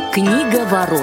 Книга ворот.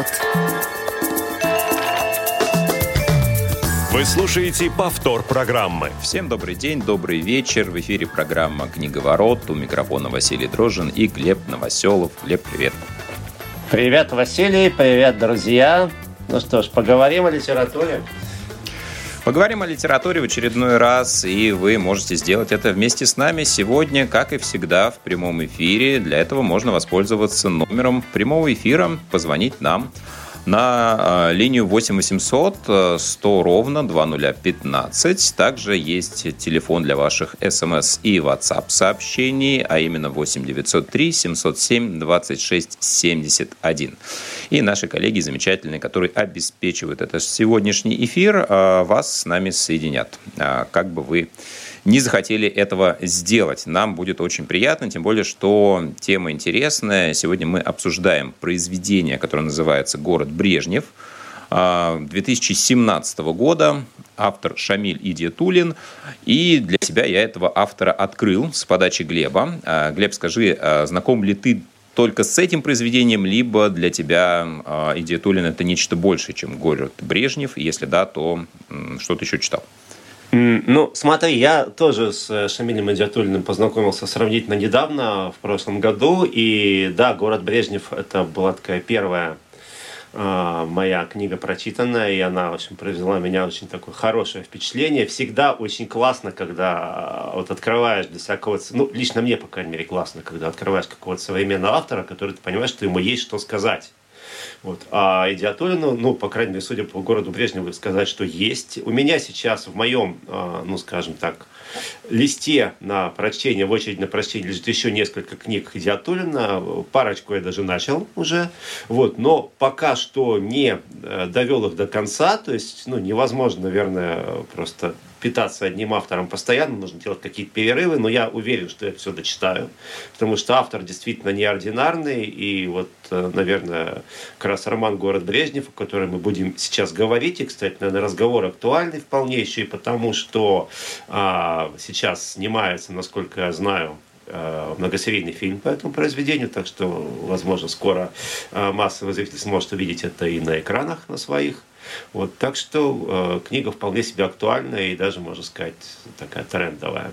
Вы слушаете повтор программы. Всем добрый день, добрый вечер. В эфире программа «Книга ворот». У микрофона Василий Дрожжин и Глеб Новоселов. Глеб, привет. Привет, Василий, привет, друзья. Ну что ж, поговорим о литературе. Поговорим о литературе в очередной раз, и вы можете сделать это вместе с нами сегодня, как и всегда, в прямом эфире. Для этого можно воспользоваться номером прямого эфира, позвонить нам на линию 8 800 100 ровно 2015. Также есть телефон для ваших СМС и WhatsApp сообщений, а именно 8 903 707 26 71. И наши коллеги замечательные, которые обеспечивают этот сегодняшний эфир, вас с нами соединят. Как бы вы не захотели этого сделать. Нам будет очень приятно, тем более, что тема интересная. Сегодня мы обсуждаем произведение, которое называется «Город Брежнев» 2017 года. Автор Шамиль Идиятуллин. И для себя я этого автора открыл с подачи Глеба. Глеб, скажи, знаком ли ты только с этим произведением, либо для тебя Идиятуллин — это нечто большее, чем «Город Брежнев»? Если да, то что ты еще читал? Ну, смотри, я тоже с Шамилем Идиятуллиным познакомился сравнительно недавно, в прошлом году. И да, «Город Брежнев» — это была такая первая моя книга прочитанная, и она, в общем, произвела на меня очень такое хорошее впечатление. Всегда очень классно, когда вот открываешь для всякого... Ну, лично мне, по крайней мере, классно, когда открываешь какого-то современного автора, который ты понимаешь, что ему есть что сказать. Вот. А Идиятуллину, ну, по крайней мере, судя по «Городу Брежневу», сказать, что есть. У меня сейчас в моем, ну, скажем так, листе на прочтение, в очередь на прочтение лежит еще несколько книг Идиятуллина. Парочку я даже начал уже. Вот. Но пока что не довел их до конца. То есть, ну, невозможно, наверное, просто питаться одним автором постоянно, нужно делать какие-то перерывы, но я уверен, что я все дочитаю, потому что автор действительно неординарный, и вот, наверное, как раз роман «Город Брежнев», о котором мы будем сейчас говорить, и, кстати, наверное, разговор актуальный вполне еще и потому, что сейчас снимается, насколько я знаю, многосерийный фильм по этому произведению, так что, возможно, скоро массовый зритель сможет увидеть это и на экранах на своих. Вот, так что книга вполне себе актуальная и даже, можно сказать, такая трендовая.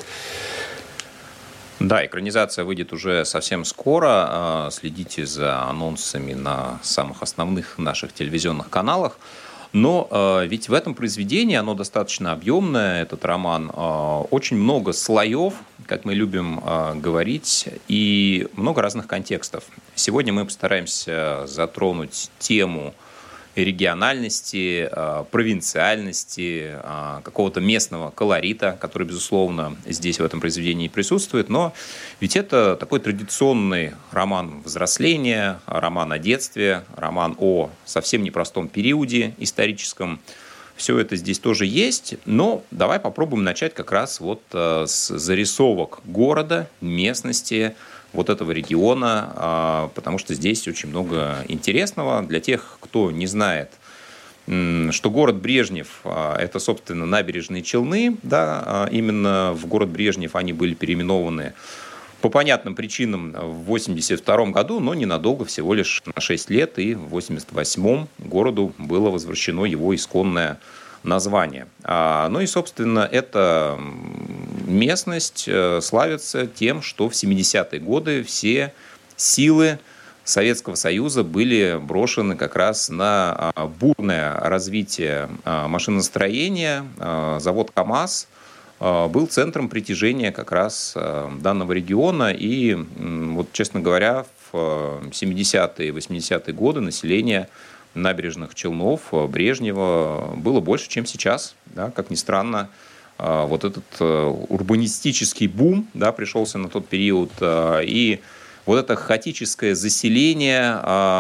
Да, экранизация выйдет уже совсем скоро. Следите за анонсами на самых основных наших телевизионных каналах. Но ведь в этом произведении, оно достаточно объемное, этот роман, очень много слоев, как мы любим говорить, и много разных контекстов. Сегодня мы постараемся затронуть тему региональности, провинциальности, какого-то местного колорита, который, безусловно, здесь в этом произведении присутствует. Но ведь это такой традиционный роман взросления, роман о детстве, роман о совсем непростом периоде историческом. Все это здесь тоже есть, но давай попробуем начать как раз вот с зарисовок города, местности, вот этого региона, потому что здесь очень много интересного. Для тех, кто не знает, что город Брежнев – это, собственно, набережные Челны, да, именно в город Брежнев они были переименованы по понятным причинам в 1982 году, но ненадолго, всего лишь на 6 лет, и в 1988 городу было возвращено его исконное название. Ну и, собственно, эта местность славится тем, что в 70-е годы все силы Советского Союза были брошены как раз на бурное развитие машиностроения. Завод КАМАЗ был центром притяжения как раз данного региона. И, вот, честно говоря, в 70-е и 80-е годы население набережных Челнов, Брежнева было больше, чем сейчас. Да, как ни странно, вот этот урбанистический бум, да, пришелся на тот период, и вот это хаотическое заселение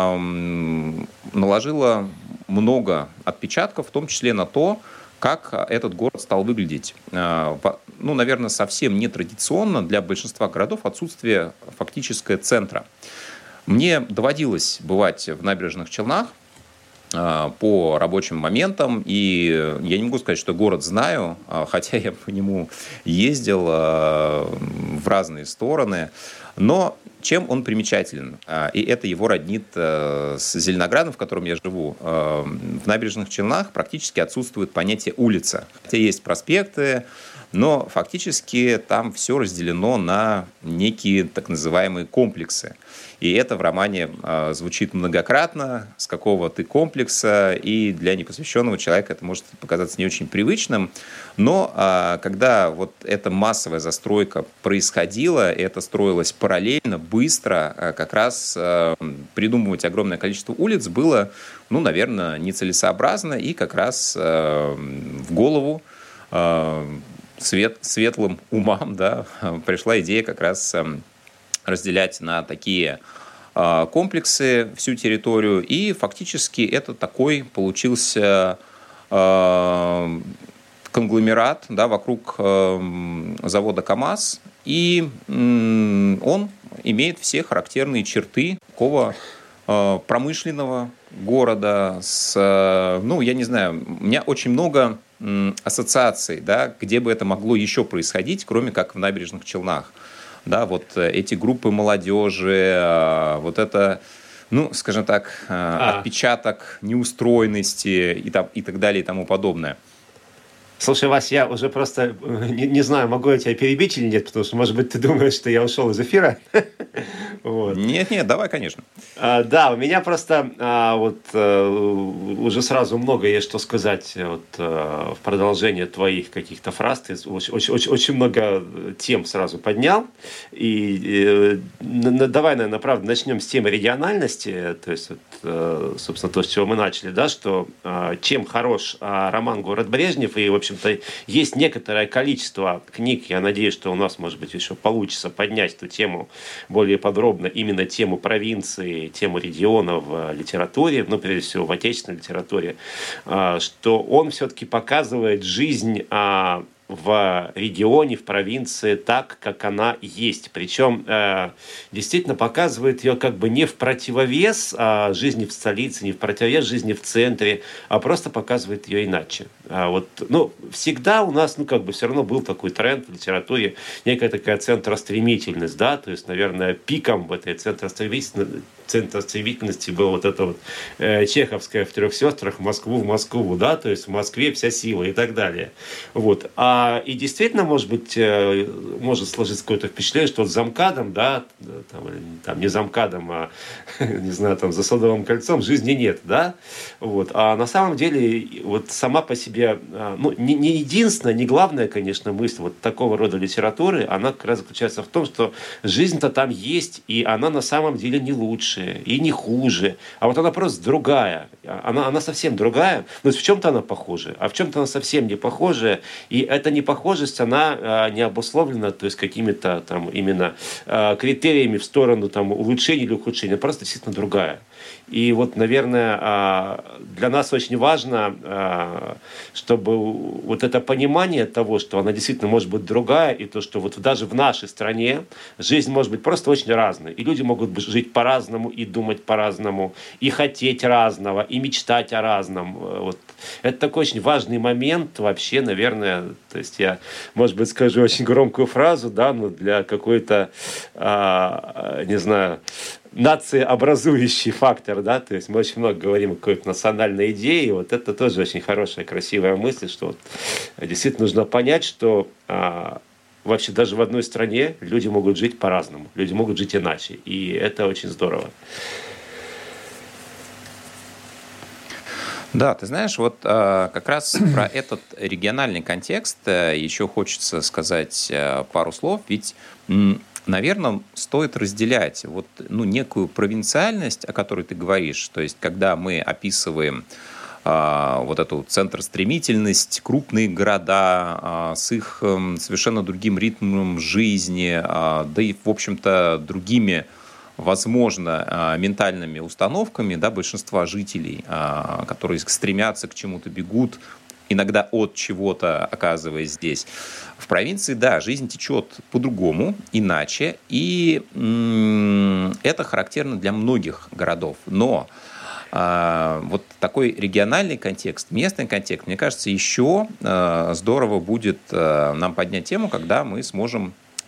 наложило много отпечатков, в том числе на то, как этот город стал выглядеть. Ну, наверное, совсем нетрадиционно для большинства городов отсутствие фактического центра. Мне доводилось бывать в набережных Челнах по рабочим моментам, и я не могу сказать, что город знаю, хотя я по нему ездил в разные стороны, но чем он примечателен? И это его роднит с Зеленоградом, в котором я живу. В Набережных Челнах практически отсутствует понятие «улица». Хотя есть проспекты, но фактически там все разделено на некие так называемые комплексы. И это в романе звучит многократно, с какого ты комплекса, и для непосвященного человека это может показаться не очень привычным. Но когда вот эта массовая застройка происходила, и это строилось параллельно, быстро, как раз придумывать огромное количество улиц было, наверное, нецелесообразно, и как раз в голову светлым умам, да, пришла идея как раз разделять на такие комплексы всю территорию, и фактически это такой получился конгломерат, да, вокруг завода КАМАЗ, и он имеет все характерные черты такого промышленного города с, я не знаю, у меня очень много ассоциаций, да, где бы это могло еще происходить, кроме как в Набережных Челнах. Да, вот эти группы молодежи, вот это, скажем так, отпечаток неустроенности и так далее и тому подобное. Слушай, Вась, я уже просто не знаю, могу я тебя перебить или нет, потому что, может быть, ты думаешь, что я ушел из эфира. Вот. Нет, давай, конечно. Да, у меня просто уже сразу много есть что сказать в продолжение твоих каких-то фраз. Ты очень много тем сразу поднял. И давай, наверное, правда, начнем с темы региональности. То есть, собственно, то, с чего мы начали, да, что чем хорош роман «Город Брежнев», и, в общем-то, есть некоторое количество книг, я надеюсь, что у нас, может быть, еще получится поднять эту тему более подробно, именно тему провинции, тему региона в литературе, прежде всего в отечественной литературе, что он все-таки показывает жизнь в регионе, в провинции так, как она есть. Причем действительно показывает ее как бы не в противовес жизни в столице, не в противовес жизни в центре, а просто показывает ее иначе. Всегда у нас, все равно был такой тренд в литературе, некая такая центростремительность, да, то есть, наверное, пиком в этой центростремительности было вот это вот чеховское в «Трех сестрах» в Москву, да, то есть в Москве вся сила и так далее. Вот. И действительно, может быть, может сложиться какое-то впечатление, что за МКАДом, да, там не за МКАДом, а, не знаю, там за Садовым кольцом жизни нет, да, вот. А на самом деле, вот сама по себе, не единственная, не главная, конечно, мысль вот такого рода литературы, она как раз заключается в том, что жизнь-то там есть, и она на самом деле не лучше, и не хуже, а вот она просто другая, она совсем другая, но в чем-то она похожа, а в чем-то она совсем не похожа, и эта непохожесть, она не обусловлена, то есть какими-то там именно критериями в сторону там улучшения или ухудшения, просто действительно другая. И вот, наверное, для нас очень важно, чтобы вот это понимание того, что она действительно может быть другая, и то, что вот даже в нашей стране жизнь может быть просто очень разной. И люди могут жить по-разному, и думать по-разному, и хотеть разного, и мечтать о разном. Вот. Это такой очень важный момент вообще, наверное, то есть я, может быть, скажу очень громкую фразу, да, но для какой-то, не знаю, нациеобразующий фактор, да, то есть мы очень много говорим о какой-то национальной идее, и вот это тоже очень хорошая, красивая мысль, что вот действительно нужно понять, что вообще даже в одной стране люди могут жить по-разному, люди могут жить иначе, и это очень здорово. Да, ты знаешь, вот как раз про этот региональный контекст еще хочется сказать пару слов, ведь наверное, стоит разделять вот, некую провинциальность, о которой ты говоришь, то есть когда мы описываем вот эту центростремительность, крупные города с их совершенно другим ритмом жизни, да и, в общем-то, другими, возможно, ментальными установками, да, большинства жителей, которые стремятся к чему-то, бегут, иногда от чего-то, оказываясь здесь. В провинции, да, жизнь течет по-другому, иначе, и это характерно для многих городов. Но вот такой региональный контекст, местный контекст, мне кажется, еще здорово будет нам поднять тему, когда мы сможем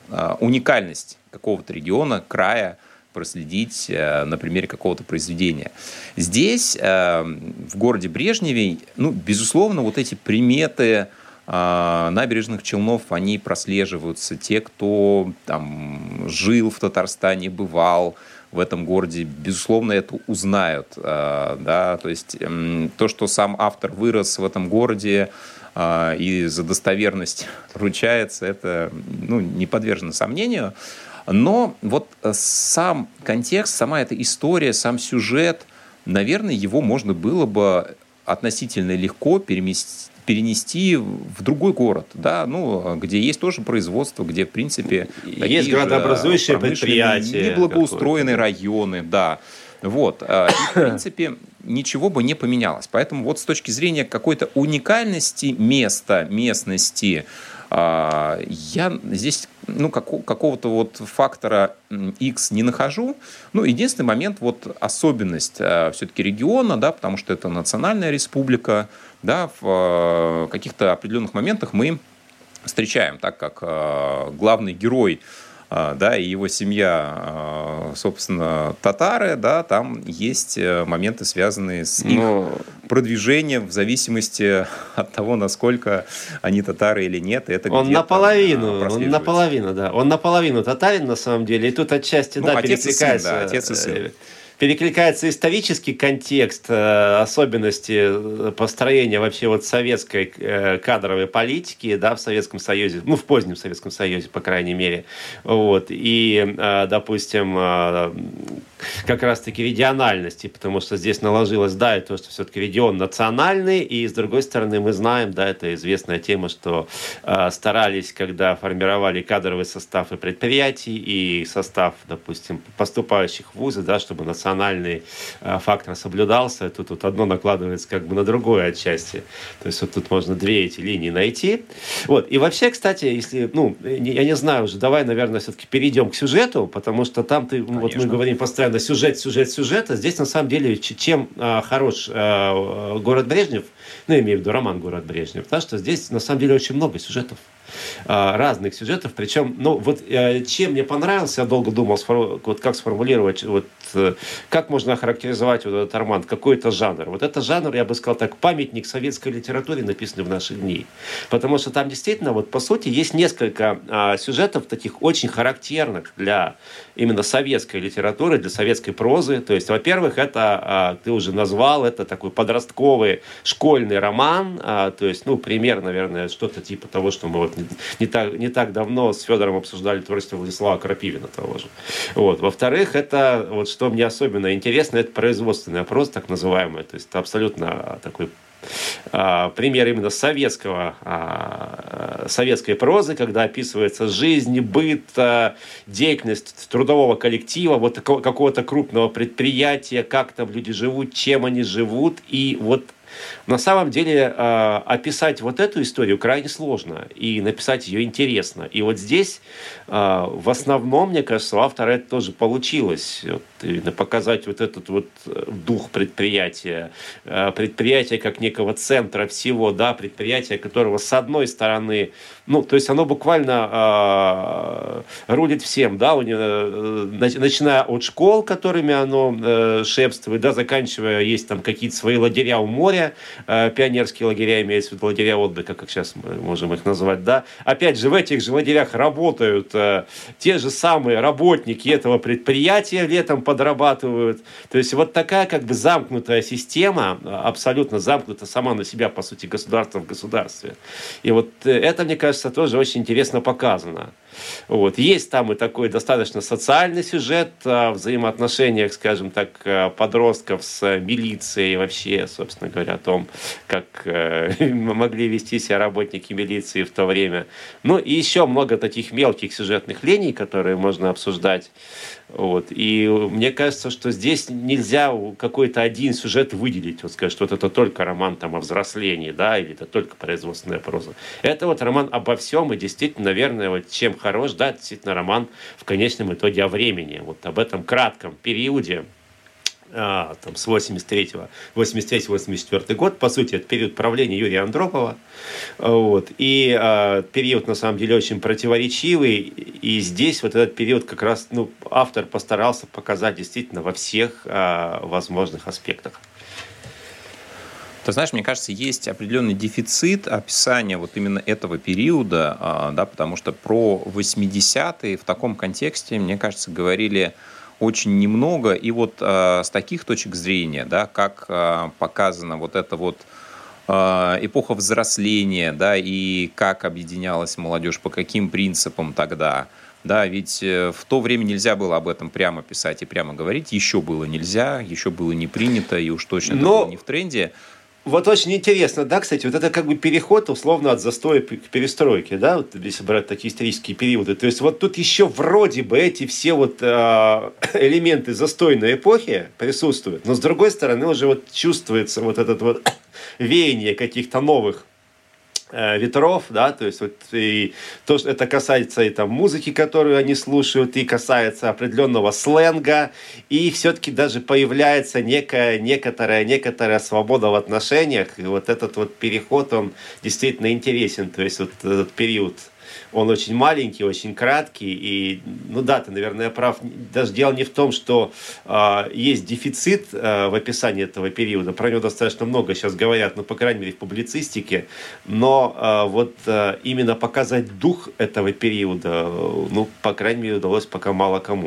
уникальность какого-то региона, края проследить на примере какого-то произведения. Здесь, в городе Брежневе, безусловно, вот эти приметы набережных Челнов, они прослеживаются. Те, кто там жил в Татарстане, бывал в этом городе, безусловно, это узнают. Да? То есть то, что сам автор вырос в этом городе и за достоверность ручается, это не подвержено сомнению. Но вот сам контекст, сама эта история, сам сюжет, наверное, его можно было бы относительно легко перенести в другой город, да, где есть тоже производство, где, в принципе, есть градообразующие предприятия, неблагоустроенные районы, да. Вот. И, в принципе, ничего бы не поменялось. Поэтому вот с точки зрения какой-то уникальности места, местности, я здесь какого-то вот фактора X не нахожу. Единственный момент, вот особенность все-таки региона, да, потому что это национальная республика, да, в каких-то определенных моментах мы встречаем, так как главный герой, да, и его семья, собственно, татары, да, там есть моменты, связанные с их продвижением в зависимости от того, насколько они татары или нет. И это он наполовину татарин, на самом деле, и тут отчасти, перекликается исторический контекст, особенности построения вообще вот советской кадровой политики, да, в Советском Союзе, в позднем Советском Союзе, по крайней мере. Вот. И, допустим, как раз-таки региональности, потому что здесь наложилось, да, и то, что все-таки регион национальный, и, с другой стороны, мы знаем, да, это известная тема, что старались, когда формировали кадровый состав и предприятий, и состав, допустим, поступающих в вузы, да, чтобы национальный фактор соблюдался, тут одно накладывается как бы на другое отчасти. То есть вот тут можно две эти линии найти. Вот. И вообще, кстати, если, я не знаю уже, давай, наверное, все-таки перейдем к сюжету, потому что там вот мы говорим постоянно сюжет, а здесь на самом деле чем хорош город Брежнев, имею в виду роман «Город Брежнев», да, что здесь на самом деле очень много сюжетов. Разных сюжетов, причем, чем мне понравился, я долго думал, как сформулировать, как можно охарактеризовать вот этот роман, какой это жанр. Вот это жанр, я бы сказал так, памятник советской литературе, написанный в наши дни. Потому что там действительно, по сути, есть несколько сюжетов таких очень характерных для именно советской литературы, для советской прозы. То есть, во-первых, это, ты уже назвал, это такой подростковый школьный роман, то есть, пример, наверное, что-то типа того, что мы не так давно с Федором обсуждали творчество Владислава Крапивина того же. Вот. Во-вторых, это, что мне особенно интересно, это производственная проза, так называемая. То есть это абсолютно такой пример именно советской прозы, когда описывается жизнь, быт, деятельность трудового коллектива, вот какого-то крупного предприятия, как там люди живут, чем они живут. И вот на самом деле описать вот эту историю крайне сложно, и написать ее интересно. И вот здесь в основном, мне кажется, у автора это тоже получилось. Показать вот этот вот дух предприятия как некого центра всего, да, предприятия, которого с одной стороны, то есть оно буквально рулит всем, да, начиная от школ, которыми оно шефствует, да, заканчивая, есть там какие-то свои лагеря у моря, пионерские лагеря, имеется в виду лагеря отдыха, как сейчас мы можем их назвать, да. Опять же, в этих же лагерях работают те же самые работники этого предприятия, летом подрабатывают. То есть вот такая как бы замкнутая система, абсолютно замкнута сама на себя, по сути, государство в государстве. И вот это, мне кажется, тоже очень интересно показано. Вот. Есть там и такой достаточно социальный сюжет о взаимоотношениях, скажем так, подростков с милицией, вообще, собственно говоря, о том, как могли вести себя работники милиции в то время. И еще много таких мелких сюжетных линий, которые можно обсуждать. Вот. И мне кажется, что здесь нельзя какой-то один сюжет выделить, сказать, что это только роман там, о взрослении, да, или это только производственная проза. Это вот роман обо всем, и действительно, наверное, чем хорош, да, действительно роман в конечном итоге о времени, вот об этом кратком периоде там, с 83-84 год, по сути, это период правления Юрия Андропова, вот, и период, на самом деле, очень противоречивый, и здесь вот этот период как раз, автор постарался показать действительно во всех возможных аспектах. Ты знаешь, мне кажется, есть определенный дефицит описания вот именно этого периода, да, потому что про 80-е в таком контексте, мне кажется, говорили очень немного. И вот с таких точек зрения, да, как показана вот эта вот эпоха взросления, да, и как объединялась молодежь, по каким принципам тогда. Да, ведь в то время нельзя было об этом прямо писать и прямо говорить. Еще было нельзя, еще было не принято, и уж точно это было не в тренде. Вот очень интересно, да, кстати, вот это как бы переход условно от застоя к перестройке, да, вот если брать такие исторические периоды. То есть вот тут еще вроде бы эти все вот элементы застойной эпохи присутствуют, но с другой стороны уже вот чувствуется вот это вот веяние каких-то новых ветров, да, то есть вот и то, что это касается и там музыки, которую они слушают, и касается определенного сленга, и все-таки даже появляется некоторая свобода в отношениях, и вот этот вот переход, он действительно интересен, то есть вот этот период, он очень маленький, очень краткий, и, да, ты, наверное, прав, даже дело не в том, что есть дефицит в описании этого периода, про него достаточно много сейчас говорят, по крайней мере, в публицистике, но вот именно показать дух этого периода, по крайней мере, удалось пока мало кому.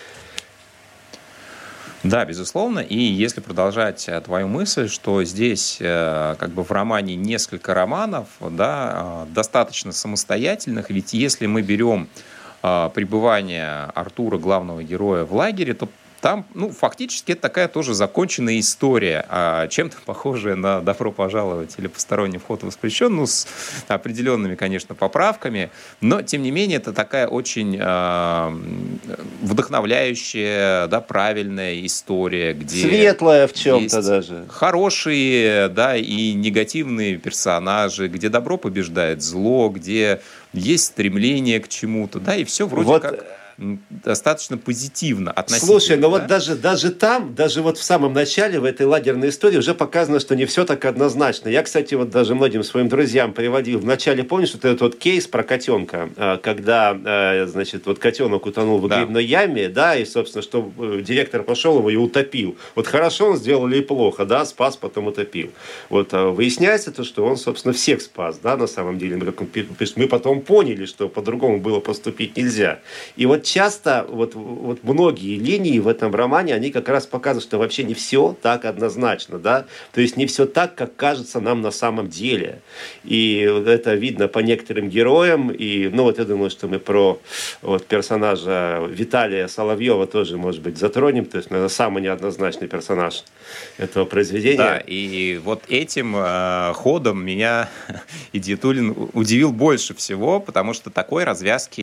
Да, безусловно. И если продолжать твою мысль, что здесь как бы в романе несколько романов, да, достаточно самостоятельных, ведь если мы берем пребывание Артура, главного героя, в лагере, то там, фактически это такая тоже законченная история, чем-то похожая на «Добро пожаловать» или «Посторонний вход воспрещен», с определенными, конечно, поправками, но, тем не менее, это такая очень вдохновляющая, да, правильная история, где светлая в чем-то даже. Хорошие, да, и негативные персонажи, где добро побеждает зло, где есть стремление к чему-то, да, и все вроде как достаточно позитивно относительно. Слушай, вот даже там, даже вот в самом начале, в этой лагерной истории уже показано, что не все так однозначно. Я, кстати, вот даже многим своим друзьям приводил. Вначале, помнишь, вот этот вот кейс про котенка, когда, значит, вот котенок утонул в грибной яме, да, и, собственно, что директор пошел его и утопил. Вот хорошо он сделал или плохо, да, спас, потом утопил. Вот выясняется то, что он, собственно, всех спас, да, на самом деле. Мы потом поняли, что по-другому было поступить нельзя. И вот часто вот многие линии в этом романе, они как раз показывают, что вообще не все так однозначно, да, то есть не все так, как кажется нам на самом деле. И это видно по некоторым героям, и, я думаю, что мы про персонажа Виталия Соловьева тоже, может быть, затронем, то есть, наверное, самый неоднозначный персонаж этого произведения. Да, и вот этим ходом меня Идиятуллин удивил больше всего, потому что такой развязки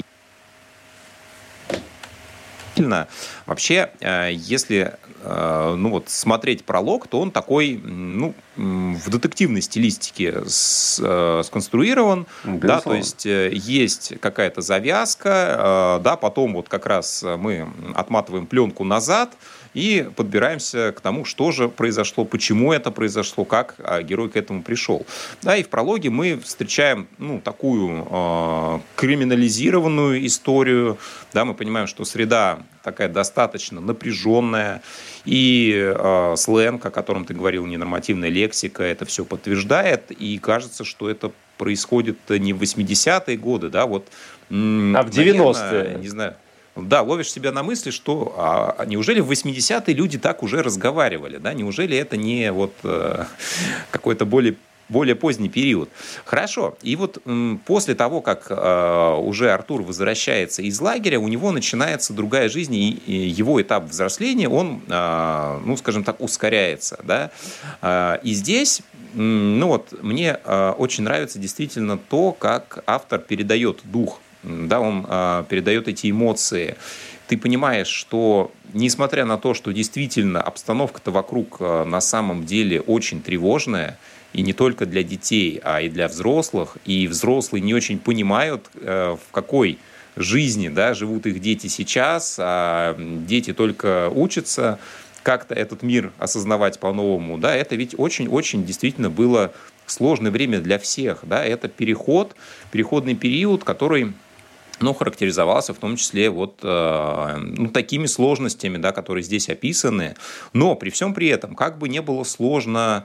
вообще, если смотреть пролог, то он такой, в детективной стилистике сконструирован, да, то есть есть какая-то завязка, да, потом вот как раз мы отматываем пленку назад и подбираемся к тому, что же произошло, почему это произошло, как герой к этому пришел. Да, и в прологе мы встречаем такую криминализированную историю. Да, мы понимаем, что среда такая достаточно напряженная, и сленг, о котором ты говорил, ненормативная лексика, это все подтверждает, и кажется, что это происходит не в 80-е годы, да, вот, а в 90-е. Не знаю. Да, ловишь себя на мысли, что неужели в 80-е люди так уже разговаривали, да? Неужели это не какой-то более поздний период? Хорошо. И вот после того, как уже Артур возвращается из лагеря, у него начинается другая жизнь, и его этап взросления, он, скажем так, ускоряется, да? И здесь, мне очень нравится действительно то, как автор передает дух. Да, он передает эти эмоции. Ты понимаешь, что несмотря на то, что действительно обстановка-то вокруг на самом деле очень тревожная, и не только для детей, а и для взрослых, и взрослые не очень понимают, в какой жизни, да, живут их дети сейчас, а дети только учатся, как-то этот мир осознавать по-новому, да, это ведь очень-очень действительно было сложное время для всех, да, это переходный период, который, ну, характеризовался в том числе вот такими сложностями, да, которые здесь описаны, но при всем при этом, как бы не было сложно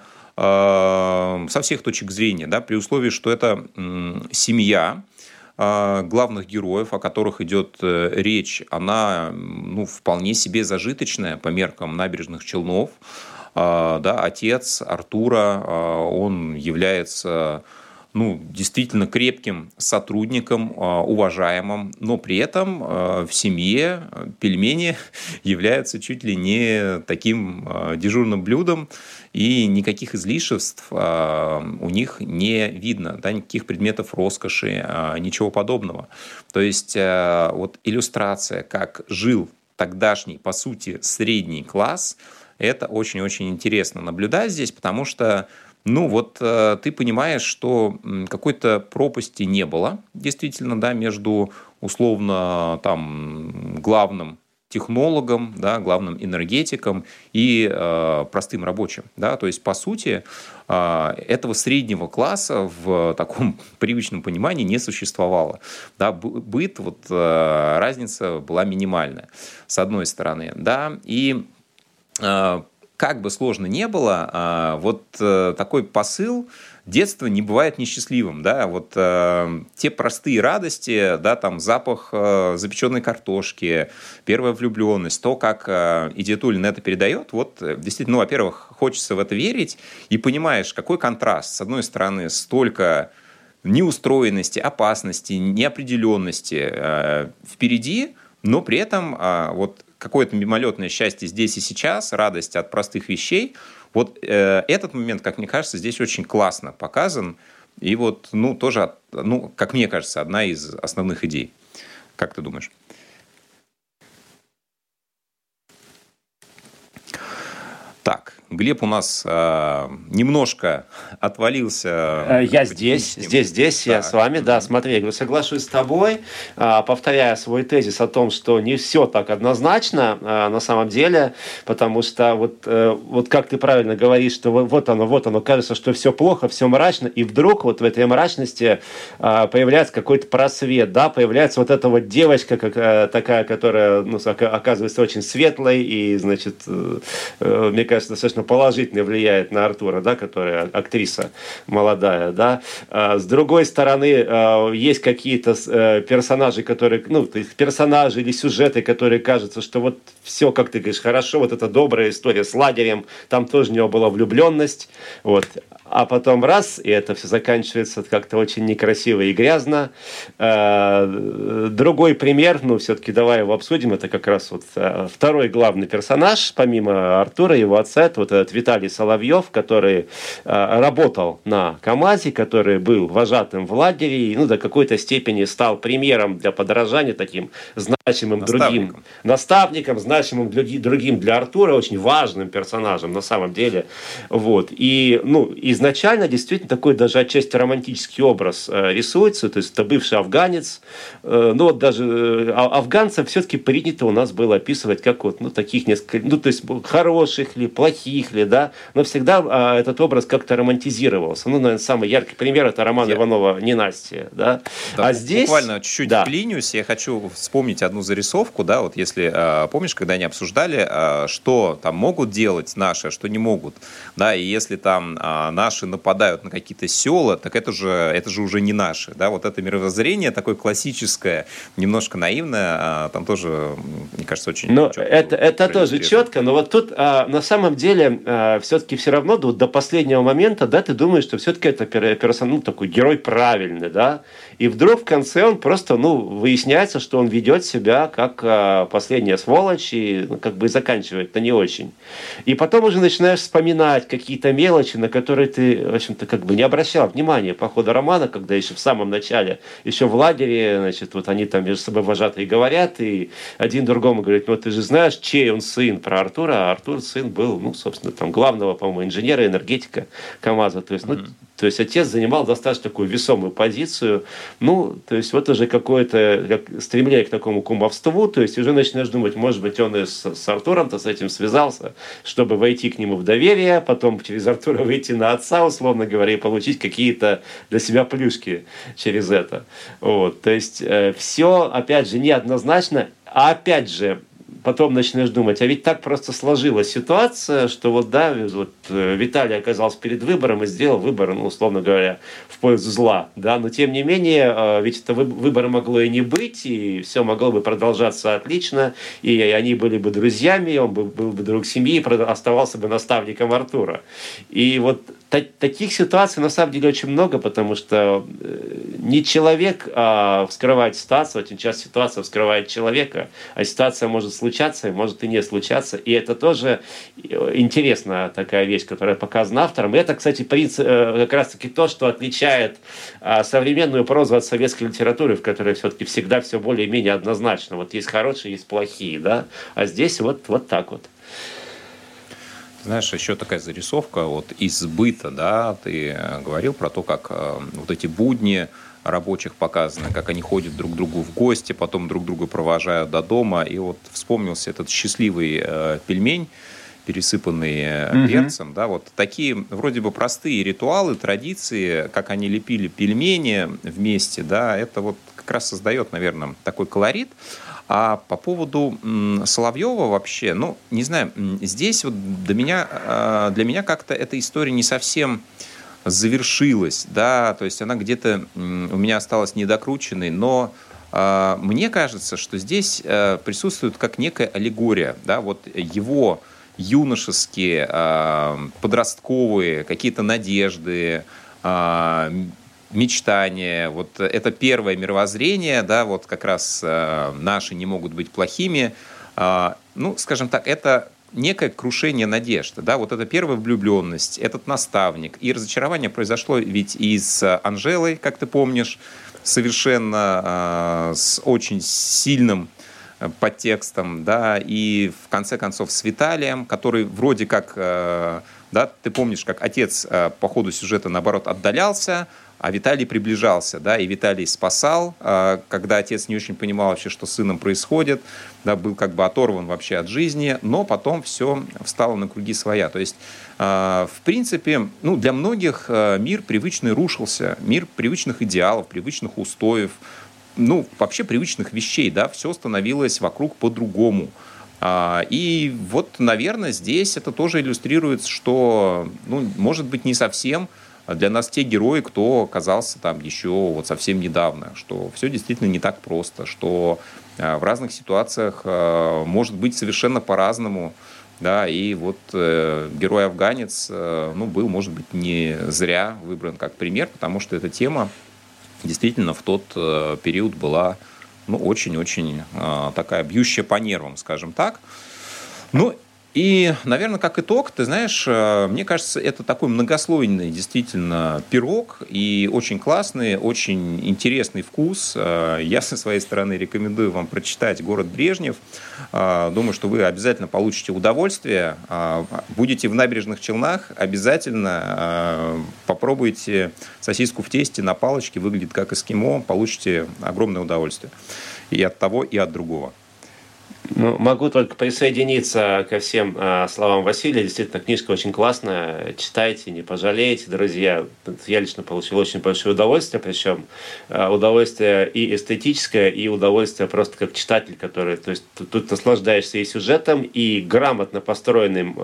со всех точек зрения, да, при условии, что это семья главных героев, о которых идет речь, она, ну, вполне себе зажиточная по меркам Набережных Челнов. Да, отец Артура, он является, ну, действительно крепким сотрудником, уважаемым, но при этом в семье пельмени являются чуть ли не таким дежурным блюдом, и никаких излишеств у них не видно, да, никаких предметов роскоши, ничего подобного. То есть вот иллюстрация, как жил тогдашний, по сути, средний класс, это очень-очень интересно наблюдать здесь, потому что, ну вот ты понимаешь, что какой-то пропасти не было, действительно, да, между условно там главным технологом, да, главным энергетиком и простым рабочим. Да? То есть, по сути, этого среднего класса в таком привычном понимании не существовало. Да? Быт, вот, разница была минимальная, с одной стороны. Да? И как бы сложно не было, вот такой посыл: детство не бывает несчастливым, да, вот те простые радости, да, там запах запеченной картошки, первая влюбленность, то, как Идиятуллин это передает, вот действительно, ну, во-первых, хочется в это верить, и понимаешь, какой контраст. С одной стороны, столько неустроенности, опасности, неопределенности впереди, но при этом вот какое-то мимолетное счастье здесь и сейчас, радость от простых вещей. Вот этот момент, как мне кажется, здесь очень классно показан. И вот, ну, тоже, ну, как мне кажется, одна из основных идей. Как ты думаешь? Так, Глеб у нас немножко отвалился. Я здесь, я с вами, да, смотри, я говорю, соглашусь с тобой, повторяя свой тезис о том, что не все так однозначно на самом деле, потому что вот как ты правильно говоришь, что вот оно, кажется, что все плохо, все мрачно, и вдруг вот в этой мрачности появляется какой-то просвет, да, появляется вот эта вот девочка такая, которая, ну, оказывается очень светлой и, значит, мне кажется, достаточно положительно влияет на Артура, да, которая актриса молодая, да. С другой стороны, есть какие-то персонажи, которые, ну, персонажи или сюжеты, которые кажется, что вот все, как ты говоришь, хорошо, вот эта добрая история с лагерем, там тоже у него была влюбленность, вот. А потом раз, и это все заканчивается как-то очень некрасиво и грязно. Другой пример, ну, все-таки давай его обсудим, это как раз вот второй главный персонаж, помимо Артура, его отца, это вот этот Виталий Соловьев, который работал на КамАЗе, который был вожатым в лагере, и, ну, до какой-то степени стал примером для подражания, таким значимым другим наставником, значимым другим для Артура, очень важным персонажем на самом деле. Вот. И, ну, изначально действительно такой даже отчасти романтический образ рисуется, то есть это бывший афганец, ну вот даже афганцев все-таки принято у нас было описывать как вот, ну, таких несколько, ну, то есть хороших ли, плохих ли, да, но всегда этот образ как-то романтизировался. Ну, наверное, самый яркий пример — это роман Иванова «Ненастье», да. Да, а здесь... Буквально чуть-чуть вклинюсь, я хочу вспомнить одну зарисовку, да, вот если помнишь, когда они обсуждали, что там могут делать наши, а что не могут, да, и если там наши нападают на какие-то села, так это же уже не наши, да, вот это мировоззрение такое классическое, немножко наивное, там тоже, мне кажется, очень четко. Это тоже четко, но вот тут на самом деле все-таки все равно до последнего момента, да, ты думаешь, что все-таки это персонаж, ну, такой герой правильный, да, и вдруг в конце он просто, ну, выясняется, что он ведет себя как последняя сволочь и, ну, как бы заканчивает-то не очень. И потом уже начинаешь вспоминать какие-то мелочи, на которые ты, в общем-то, как бы не обращал внимания по ходу романа, когда еще в самом начале, еще в лагере, значит, вот они там между собой вожатые говорят, и один другому говорит: ну, ты же знаешь, чей он сын, про Артура, а Артур сын был, ну, собственно, там, главного, по-моему, инженера, энергетика КамАЗа, то есть, ну, То есть отец занимал достаточно такую весомую позицию. Ну, то есть вот уже какое-то стремление к такому кумовству. То есть уже начинаешь думать, может быть, он и с Артуром-то с этим связался, чтобы войти к нему в доверие, потом через Артура выйти на отца, условно говоря, и получить какие-то для себя плюшки через это. Вот. То есть все, опять же, неоднозначно. А опять же, потом начинаешь думать, а ведь так просто сложилась ситуация, что вот, да, вот Виталий оказался перед выбором и сделал выбор, ну, условно говоря, в пользу зла, да, но тем не менее, ведь это выбора могло и не быть, и все могло бы продолжаться отлично, и они были бы друзьями, он был бы друг семьи, и оставался бы наставником Артура. И вот таких ситуаций на самом деле очень много, потому что не человек вскрывает ситуацию, очень часто ситуация вскрывает человека, а ситуация может случаться и может и не случаться. И это тоже интересная такая вещь, которая показана автором. И это, кстати, принцип, как раз-таки то, что отличает современную прозу от советской литературы, в которой все-таки всегда все более-менее однозначно. Вот есть хорошие, есть плохие, да? А здесь вот так вот. Знаешь, еще такая зарисовка вот из быта, да, ты говорил про то, как вот эти будни рабочих показаны, как они ходят друг к другу в гости, потом друг друга провожают до дома, и вот вспомнился этот счастливый пельмень, пересыпанный перцем, да, вот такие вроде бы простые ритуалы, традиции, как они лепили пельмени вместе, да, это вот как раз создает, наверное, такой колорит. А по поводу Соловьева вообще, ну, не знаю, здесь вот для меня как-то эта история не совсем завершилась, да, то есть она где-то у меня осталась недокрученной, но мне кажется, что здесь присутствует как некая аллегория, да, вот его юношеские, подростковые какие-то надежды, мечтания, вот это первое мировоззрение, да, вот как раз наши не могут быть плохими, ну, скажем так, это некое крушение надежды, да, вот это первая влюбленность, этот наставник, и разочарование произошло ведь и с Анжелой, как ты помнишь, совершенно с очень сильным подтекстом, да, и в конце концов с Виталием, который вроде как, да, ты помнишь, как отец по ходу сюжета, наоборот, отдалялся, а Виталий приближался, да, и Виталий спасал, когда отец не очень понимал вообще, что с сыном происходит, да, был как бы оторван вообще от жизни, но потом все встало на круги своя. То есть, в принципе, ну, для многих мир привычный рушился, мир привычных идеалов, привычных устоев, ну, вообще привычных вещей, да, все становилось вокруг по-другому. И вот, наверное, здесь это тоже иллюстрирует, что, ну, может быть, не совсем для нас те герои, кто оказался там еще вот совсем недавно, что все действительно не так просто, что в разных ситуациях может быть совершенно по-разному, да, и вот герой-афганец, ну, был, может быть, не зря выбран как пример, потому что эта тема действительно в тот период была, ну, очень-очень такая бьющая по нервам, скажем так. Ну, и, наверное, как итог, ты знаешь, мне кажется, это такой многослойный действительно пирог и очень классный, очень интересный вкус. Я со своей стороны рекомендую вам прочитать «Город Брежнев». Думаю, что вы обязательно получите удовольствие. Будете в Набережных Челнах, обязательно попробуйте сосиску в тесте на палочке, выглядит как эскимо, получите огромное удовольствие и от того, и от другого. Ну, могу только присоединиться ко всем словам Василия. Действительно, книжка очень классная. Читайте, не пожалеете, друзья. Я лично получил очень большое удовольствие, причем удовольствие и эстетическое, и удовольствие просто как читатель, который... То есть тут наслаждаешься и сюжетом, и грамотно построенным,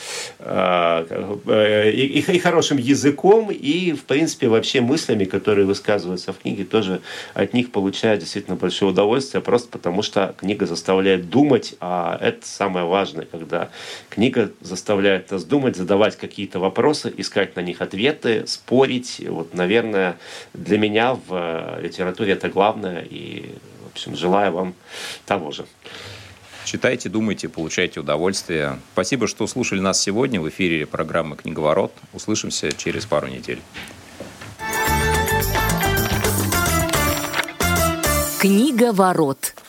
и хорошим языком, и, в принципе, вообще мыслями, которые высказываются в книге, тоже от них получаешь действительно большое удовольствие, просто потому что книга заставляет думать, а это самое важное, когда книга заставляет нас думать, задавать какие-то вопросы, искать на них ответы, спорить. Вот, наверное, для меня в литературе это главное, и, в общем, желаю вам того же. Читайте, думайте, получайте удовольствие. Спасибо, что слушали нас сегодня в эфире программы «Книговорот». Услышимся через пару недель. Книговорот.